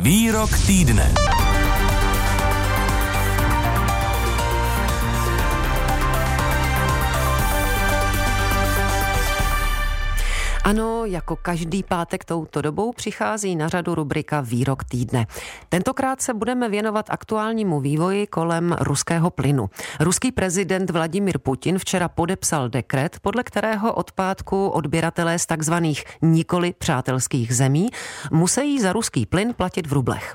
Výrok týdne. Ano, jako každý pátek touto dobou přichází na řadu rubrika Výrok týdne. Tentokrát se budeme věnovat aktuálnímu vývoji kolem ruského plynu. Ruský prezident Vladimír Putin včera podepsal dekret, podle kterého od pátku odběratelé z takzvaných nikoli přátelských zemí musí za ruský plyn platit v rublech.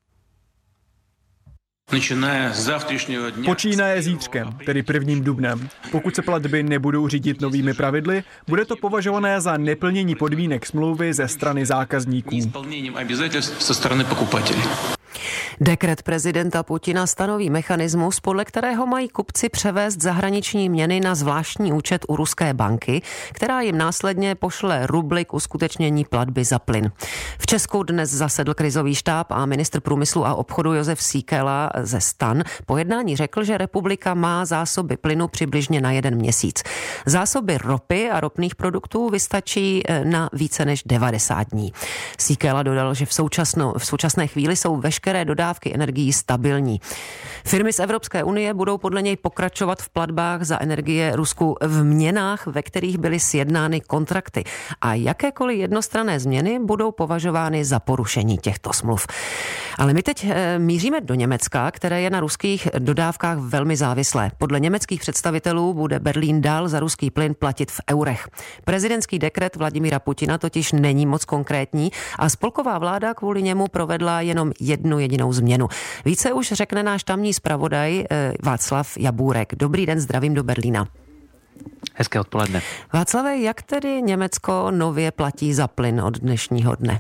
Počínaje zítřkem, tedy 1. dubnem. Pokud se platby nebudou řídit novými pravidly, bude to považované za neplnění podmínek smlouvy ze strany zákazníků. Dekret prezidenta Putina stanoví mechanismus, podle kterého mají kupci převést zahraniční měny na zvláštní účet u ruské banky, která jim následně pošle rubly k uskutečnění platby za plyn. V Česku dnes zasedl krizový štáb a ministr průmyslu a obchodu Josef Síkela ze STAN po jednání řekl, že republika má zásoby plynu přibližně na 1 měsíc. Zásoby ropy a ropných produktů vystačí na více než 90 dní. Síkela dodal, že v současné chvíli jsou veškeré dodávky energií stabilní. Firmy z Evropské unie budou podle něj pokračovat v platbách za energie Rusku v měnách, ve kterých byly sjednány kontrakty. A jakékoliv jednostranné změny budou považovány za porušení těchto smluv. Ale my teď míříme do Německa, které je na ruských dodávkách velmi závislé. Podle německých představitelů bude Berlín dál za ruský plyn platit v eurech. Prezidentský dekret Vladimíra Putina totiž není moc konkrétní a spolková vláda kvůli němu provedla jenom jednu jedinou změnu. Více už řekne náš tamní zpravodaj Václav Jabůrek. Dobrý den, zdravím do Berlína. Hezké odpoledne. Václave, jak tedy Německo nově platí za plyn od dnešního dne?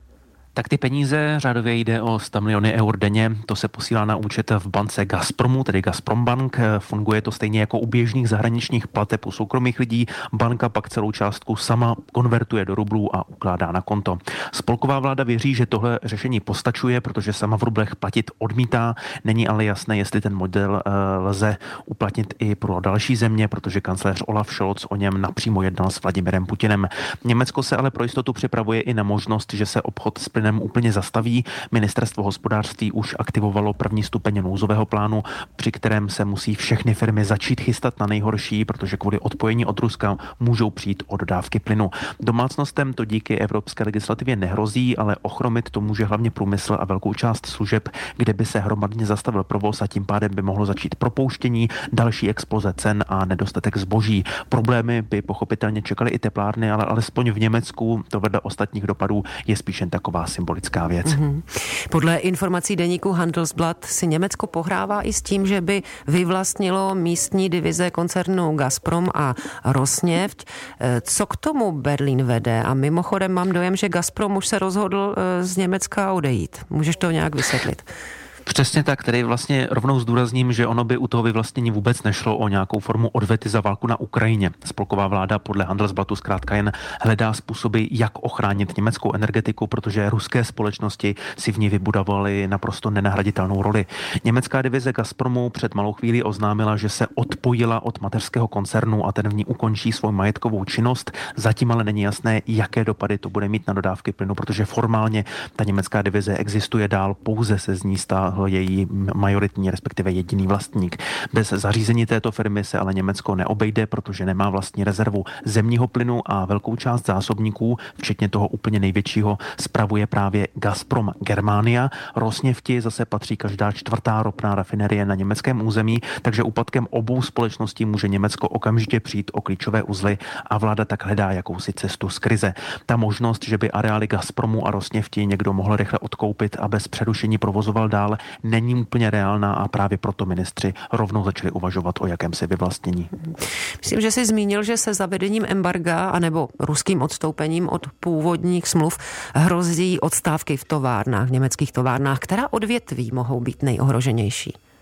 Tak ty peníze, řádově jde o 100 miliony eur denně, to se posílá na účet v bance Gazpromu, tedy Gazprombank. Funguje to stejně jako u běžných zahraničních plateb u soukromých lidí. Banka pak celou částku sama konvertuje do rublů a ukládá na konto. Spolková vláda věří, že tohle řešení postačuje, protože sama v rublech platit odmítá. Není ale jasné, jestli ten model lze uplatnit i pro další země, protože kancléř Olaf Scholz o něm napřímo jednal s Vladimirem Putinem. Německo se ale pro jistotu připravuje i na možnost, že se obchod s plynem úplně zastaví. Ministerstvo hospodářství už aktivovalo první stupeň nouzového plánu, při kterém se musí všechny firmy začít chystat na nejhorší, protože kvůli odpojení od Ruska můžou přijít o dodávky plynu. Domácnostem to díky evropské legislativě nehrozí, ale ochromit to může hlavně průmysl a velkou část služeb, kde by se hromadně zastavil provoz a tím pádem by mohlo začít propouštění, další exploze cen a nedostatek zboží. Problémy by pochopitelně čekaly i teplárny, ale alespoň v Německu to vedle ostatních dopadů je spíš jen taková symbolická věc. Podle informací deníku Handelsblatt si Německo pohrává i s tím, že by vyvlastnilo místní divize koncernu Gazprom a Rosneft. Co k tomu Berlín vede? A mimochodem mám dojem, že Gazprom už se rozhodl z Německa odejít. Můžeš to nějak vysvětlit? Přesně tak, tedy vlastně rovnou zdůrazním, že ono by u toho vyvlastnění vůbec nešlo o nějakou formu odvety za válku na Ukrajině. Spolková vláda podle Handelsblattu zkrátka jen hledá způsoby, jak ochránit německou energetiku, protože ruské společnosti si v ní vybudovaly naprosto nenahraditelnou roli. Německá divize Gazpromu před malou chvílí oznámila, že se odpojila od mateřského koncernu a ten v ní ukončí svou majetkovou činnost. Zatím ale není jasné, jaké dopady to bude mít na dodávky plynu, protože formálně ta německá divize existuje dál, pouze se z ní stáhl její majoritní, respektive jediný vlastník. Bez zařízení této firmy se ale Německo neobejde, protože nemá vlastní rezervu zemního plynu a velkou část zásobníků, včetně toho úplně největšího, spravuje právě Gazprom Germania. Rosnefti zase patří každá 4. ropná rafinerie na německém území, takže úpadkem obou společností může Německo okamžitě přijít o klíčové uzly a vláda tak hledá jakousi cestu z krize. Ta možnost, že by areály Gazpromu a Rosnefti někdo mohl rychle odkoupit a bez přerušení provozoval dál, není úplně reálná a právě proto ministři rovnou začali uvažovat o jakémsi vyvlastnění. Myslím, že jsi zmínil, že se zavedením embarga anebo ruským odstoupením od původních smluv hrozí odstávky v továrnách, v německých továrnách. Která odvětví mohou být nejohroženější?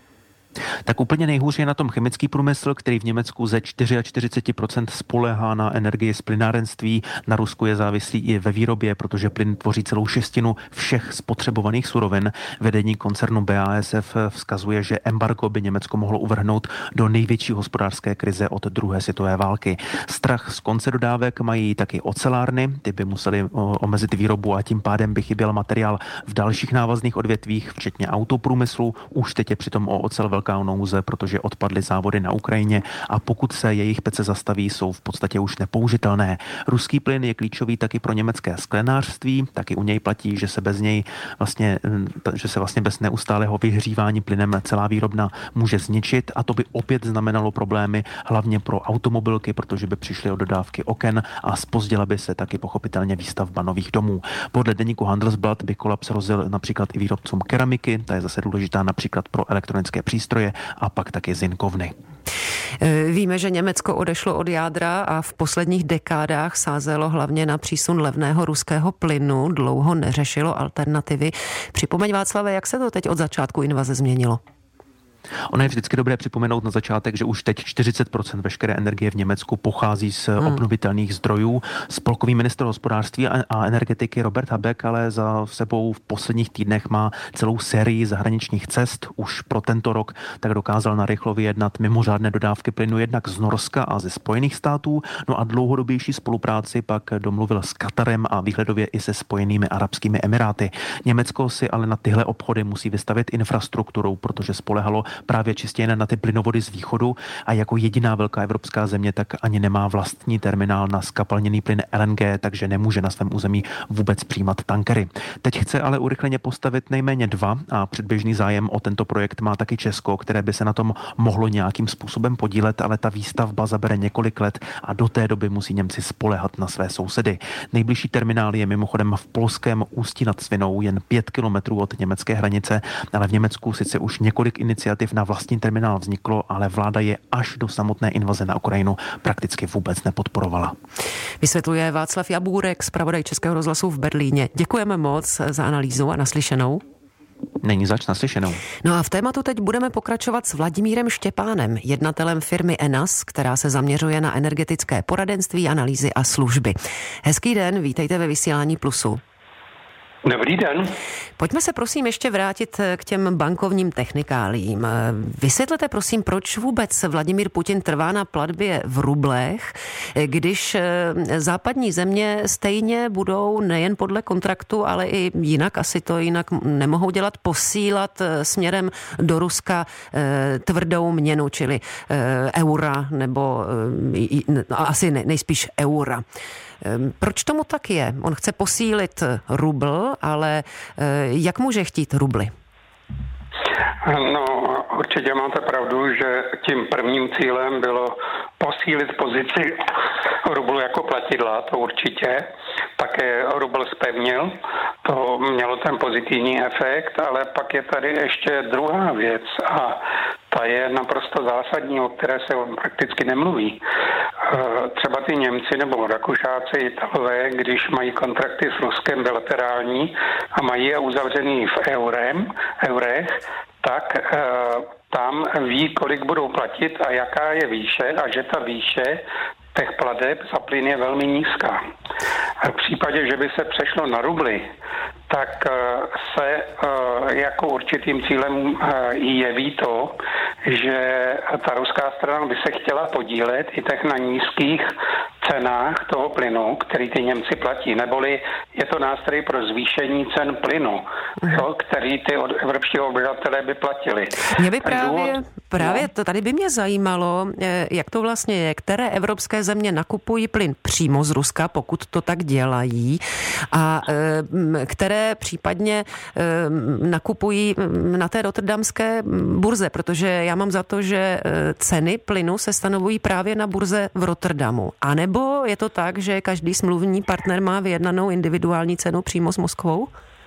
Tak úplně nejhůř je na tom chemický průmysl, který v Německu ze 44% spoléhá na energii z plynárenství. Na Rusku je závislý i ve výrobě, protože plyn tvoří celou šestinu všech spotřebovaných surovin. Vedení koncernu BASF vzkazuje, že embargo by Německo mohlo uvrhnout do největší hospodářské krize od druhé světové války. Strach z konce dodávek mají taky ocelárny, ty by museli omezit výrobu a tím pádem by chyběl materiál v dalších návazných odvětvích, včetně autoprůmyslu. Už teď je přitom o ocel velká nouze, protože odpadly závody na Ukrajině a pokud se jejich pece zastaví, jsou v podstatě už nepoužitelné. Ruský plyn je klíčový taky pro německé sklenářství, taky u něj platí, že se bez neustálého vyhřívání plynem celá výrobna může zničit a to by opět znamenalo problémy hlavně pro automobilky, protože by přišly o dodávky oken a zpozdila by se taky pochopitelně výstavba nových domů. Podle deníku Handelsblatt by kolaps hrozil například i výrobcům keramiky, ta je zase důležitá například pro elektronické přístroje a pak taky zinkovny. Víme, že Německo odešlo od jádra a v posledních dekádách sázelo hlavně na přísun levného ruského plynu, dlouho neřešilo alternativy. Připomeň, Václave, jak se to teď od začátku invaze změnilo? Ono je vždycky dobré připomenout na začátek, že už teď 40% veškeré energie v Německu pochází z obnovitelných zdrojů. Spolkový ministr hospodářství a energetiky Robert Habeck ale za sebou v posledních týdnech má celou sérii zahraničních cest. Už pro tento rok tak dokázal narychlo vyjednat mimořádné dodávky plynu jednak z Norska a ze Spojených států. No a dlouhodobější spolupráci pak domluvil s Katarem a výhledově i se Spojenými arabskými emiráty. Německo si ale na tyhle obchody musí vystavit infrastrukturou, protože spolehalo právě čistě jen na ty plynovody z východu a jako jediná velká evropská země tak ani nemá vlastní terminál na skapalněný plyn LNG, takže nemůže na svém území vůbec přijímat tankery. Teď chce ale urychleně postavit nejméně 2 a předběžný zájem o tento projekt má taky Česko, které by se na tom mohlo nějakým způsobem podílet, ale ta výstavba zabere několik let a do té doby musí Němci spoléhat na své sousedy. Nejbližší terminál je mimochodem v polském Ústí nad Svinou, jen 5 kilometrů od německé hranice, ale v Německu sice už několik iniciativ na vlastní terminál vzniklo, ale vláda je až do samotné invaze na Ukrajinu prakticky vůbec nepodporovala. Vysvětluje Václav Jabůrek, zpravodaj Českého rozhlasu v Berlíně. Děkujeme moc za analýzu a naslyšenou. Není zač, naslyšenou. No a v tématu teď budeme pokračovat s Vladimírem Štěpánem, jednatelem firmy ENAS, která se zaměřuje na energetické poradenství, analýzy a služby. Hezký den, vítejte ve vysílání Plusu. Dobrý den. Pojďme se prosím ještě vrátit k těm bankovním technikálím. Vysvětlete prosím, proč vůbec Vladimír Putin trvá na platbě v rublech, když západní země stejně budou nejen podle kontraktu, ale i jinak, asi to jinak nemohou dělat, posílat směrem do Ruska tvrdou měnu, čili eura, nebo asi nejspíš eura. Proč tomu tak je? On chce posílit rubl, ale jak může chtít rubly? No, určitě máte pravdu, že tím prvním cílem bylo posílit pozici rublu jako platidla, to určitě. Také rubl zpevnil, to mělo ten pozitivní efekt, ale pak je tady ještě druhá věc a ta je naprosto zásadní, o které se prakticky nemluví. Třeba ty Němci nebo Rakušáci, Italové, když mají kontrakty s Ruskem bilaterální a mají je uzavřený v eurech, tak tam ví, kolik budou platit a jaká je výše a že ta výše těch plateb za plyn je velmi nízká. V případě, že by se přešlo na rubly, tak se jako určitým cílem jeví to, že ta ruská strana by se chtěla podílet i tak na nízkých cenách toho plynu, který ty Němci platí, neboli je to nástroj pro zvýšení cen plynu, který ty evropští obyvatelé by platili. Mě by právě to tady by mě zajímalo, jak to vlastně je, které evropské země nakupují plyn přímo z Ruska, pokud to tak dělají, a které případně nakupují na té rotterdamské burze, protože já mám za to, že ceny plynu se stanovují právě na burze v Rotterdamu. A nebo je to tak, že každý smluvní partner má vyjednanou individuální cenu přímo s Moskvou?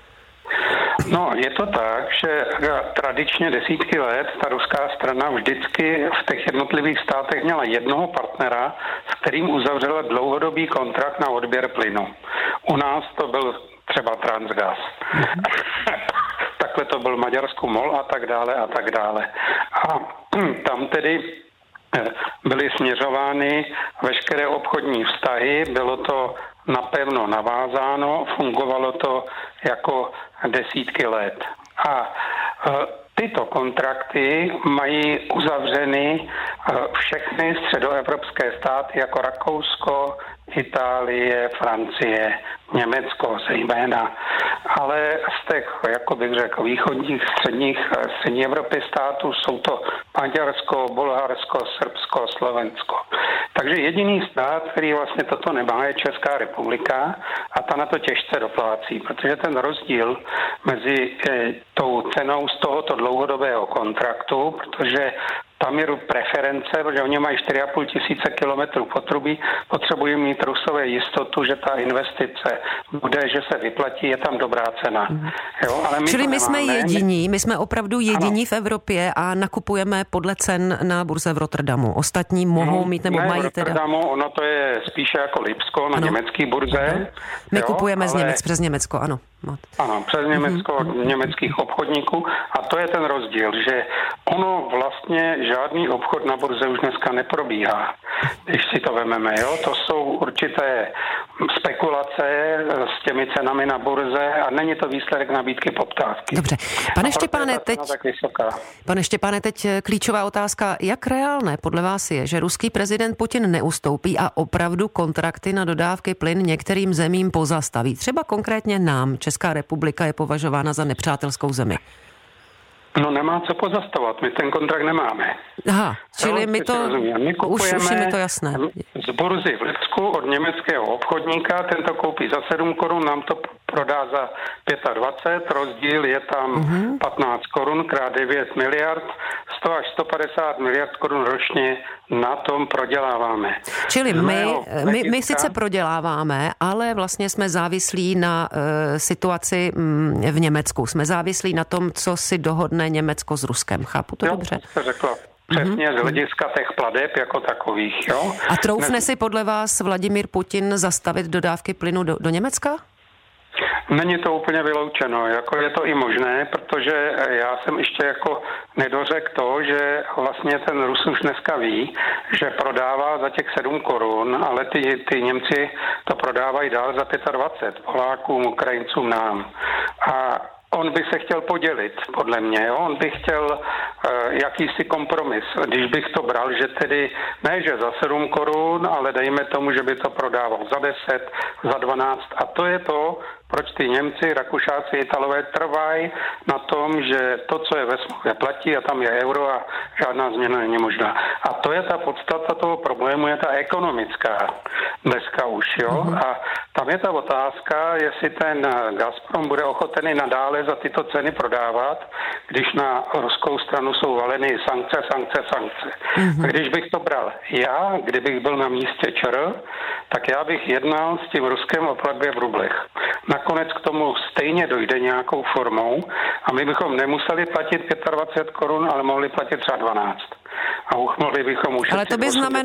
No, je to tak, že tradičně desítky let ta ruská strana vždycky v těch jednotlivých státech měla jednoho partnera, s kterým uzavřela dlouhodobý kontrakt na odběr plynu. U nás to byl třeba Transgas. Takhle to byl Maďarsku MOL a tak dále a tak dále. A tam tedy byly směřovány veškeré obchodní vztahy, bylo to napevno navázáno, fungovalo to jako desítky let. A tyto kontrakty mají uzavřeny všechny středoevropské státy jako Rakousko, Itálie, Francie, Německo zejména. Ale z těch, jako bych řekl, východních, střední Evropy států jsou to Maďarsko, Bulharsko, Srbsko, Slovensko. Takže jediný stát, který vlastně toto nemá, je Česká republika a ta na to těžce doplácí, protože ten rozdíl mezi tou cenou z tohoto dlouhodobého kontraktu, protože tam je preference, protože oni mají 4,5 tisíce kilometrů potrubí, potřebují mít Rusové jistotu, že ta investice bude, že se vyplatí, je tam dobrá cena. Jo, ale čili my jsme jediní, my jsme opravdu jediní v Evropě a nakupujeme podle cen na burze v Rotterdamu. Ostatní mohou mít nebo mají teda... v Rotterdamu, ono to je spíše jako Lipsko na německý burze. My kupujeme přes Německo, ano. Ano, přes Německo od německých obchodníků a to je ten rozdíl, že ono vlastně žádný obchod na burze už dneska neprobíhá, když si to vememe, jo, to jsou určité spekulace s těmi cenami na burze a není to výsledek nabídky poptávky. Dobře, pane Štěpáne, teď klíčová otázka, jak reálné podle vás je, že ruský prezident Putin neustoupí a opravdu kontrakty na dodávky plyn některým zemím pozastaví, třeba konkrétně nám, Česká republika je považována za nepřátelskou zemi. No nemá co pozastavovat, my ten kontrakt nemáme. Aha, čili my to, už je mi to jasné. Z burzy v Lipsku od německého obchodníka, ten to koupí za 7 korun, nám to prodá za 25, rozdíl je tam 15 korun krát 9 miliard, 100 až 150 miliard korun ročně na tom proděláváme. Čili my sice proděláváme, ale vlastně jsme závislí na situaci v Německu. Jsme závislí na tom, co si dohodne Německo s Ruskem. Chápu to dobře? Jo, to řekla. Přesně z hlediska těch plateb jako takových. Jo? A troufne si podle vás Vladimír Putin zastavit dodávky plynu do Německa? Není to úplně vyloučeno, jako je to i možné, protože já jsem ještě jako nedořekl to, že vlastně ten Rus už dneska ví, že prodává za těch 7 korun, ale ty Němci to prodávají dál za 25, Polákům, Ukrajincům, nám. A on by se chtěl podělit, podle mě. Jo? On by chtěl jakýsi kompromis. Když bych to bral, že tedy ne, že za 7 korun, ale dejme tomu, že by to prodával za 10, za 12. A to je to, proč ty Němci, Rakušáci, Italové trvají na tom, že to, co je ve smlouvě, platí a tam je euro a žádná změna není možná. A to je ta podstata toho problému, je ta ekonomická dneska už. Jo? A tam je ta otázka, jestli ten Gazprom bude ochotený nadále za tyto ceny prodávat, když na ruskou stranu jsou valeny sankce. A když bych to bral já, kdybych byl na místě ČR, tak já bych jednal s tím Ruskem o platbě v rublech. Nakonec k tomu stejně dojde nějakou formou a my bychom nemuseli platit 25 korun, ale mohli platit třeba 12. A mohli bychom ušetřit. Ale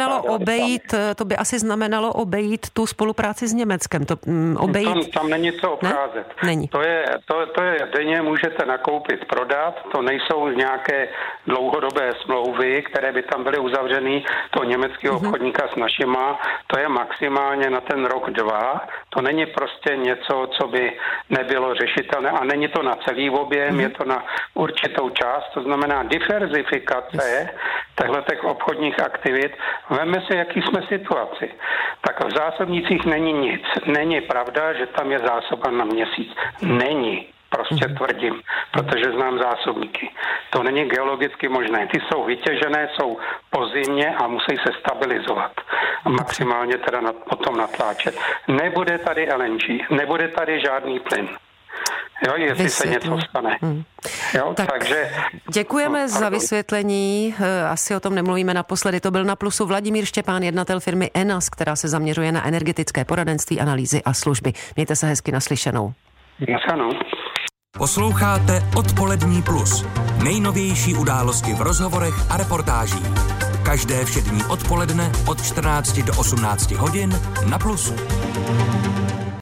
to by asi znamenalo obejít tu spolupráci s Německem. Tam není co obcházet. Ne? Není. To je denně můžete nakoupit, prodat, to nejsou nějaké dlouhodobé smlouvy, které by tam byly uzavřeny toho německého obchodníka s našima, to je maximálně na ten rok, 2. To není prostě něco, co by nebylo řešitelné a není to na celý objem, je to na určitou část, to znamená diverzifikace těch obchodních aktivit. Vemme si, jaký jsme situaci. Tak v zásobnících není nic. Není pravda, že tam je zásoba na měsíc. Není. Prostě tvrdím, protože znám zásobníky. To není geologicky možné. Ty jsou vytěžené, jsou po zimě a musí se stabilizovat. A maximálně teda potom natláčet. Nebude tady LNG, nebude tady žádný plyn. Jo, jestli se něco stane. Jo, takže... Děkujeme za vysvětlení. Asi o tom nemluvíme naposledy. To byl Na plusu Vladimír Štěpán, jednatel firmy ENAS, která se zaměřuje na energetické poradenství, analýzy a služby. Mějte se hezky naslyšenou. Ano. Posloucháte Odpolední plus. Nejnovější události v rozhovorech a reportážích. Každé všední odpoledne od 14 do 18 hodin na Plusu.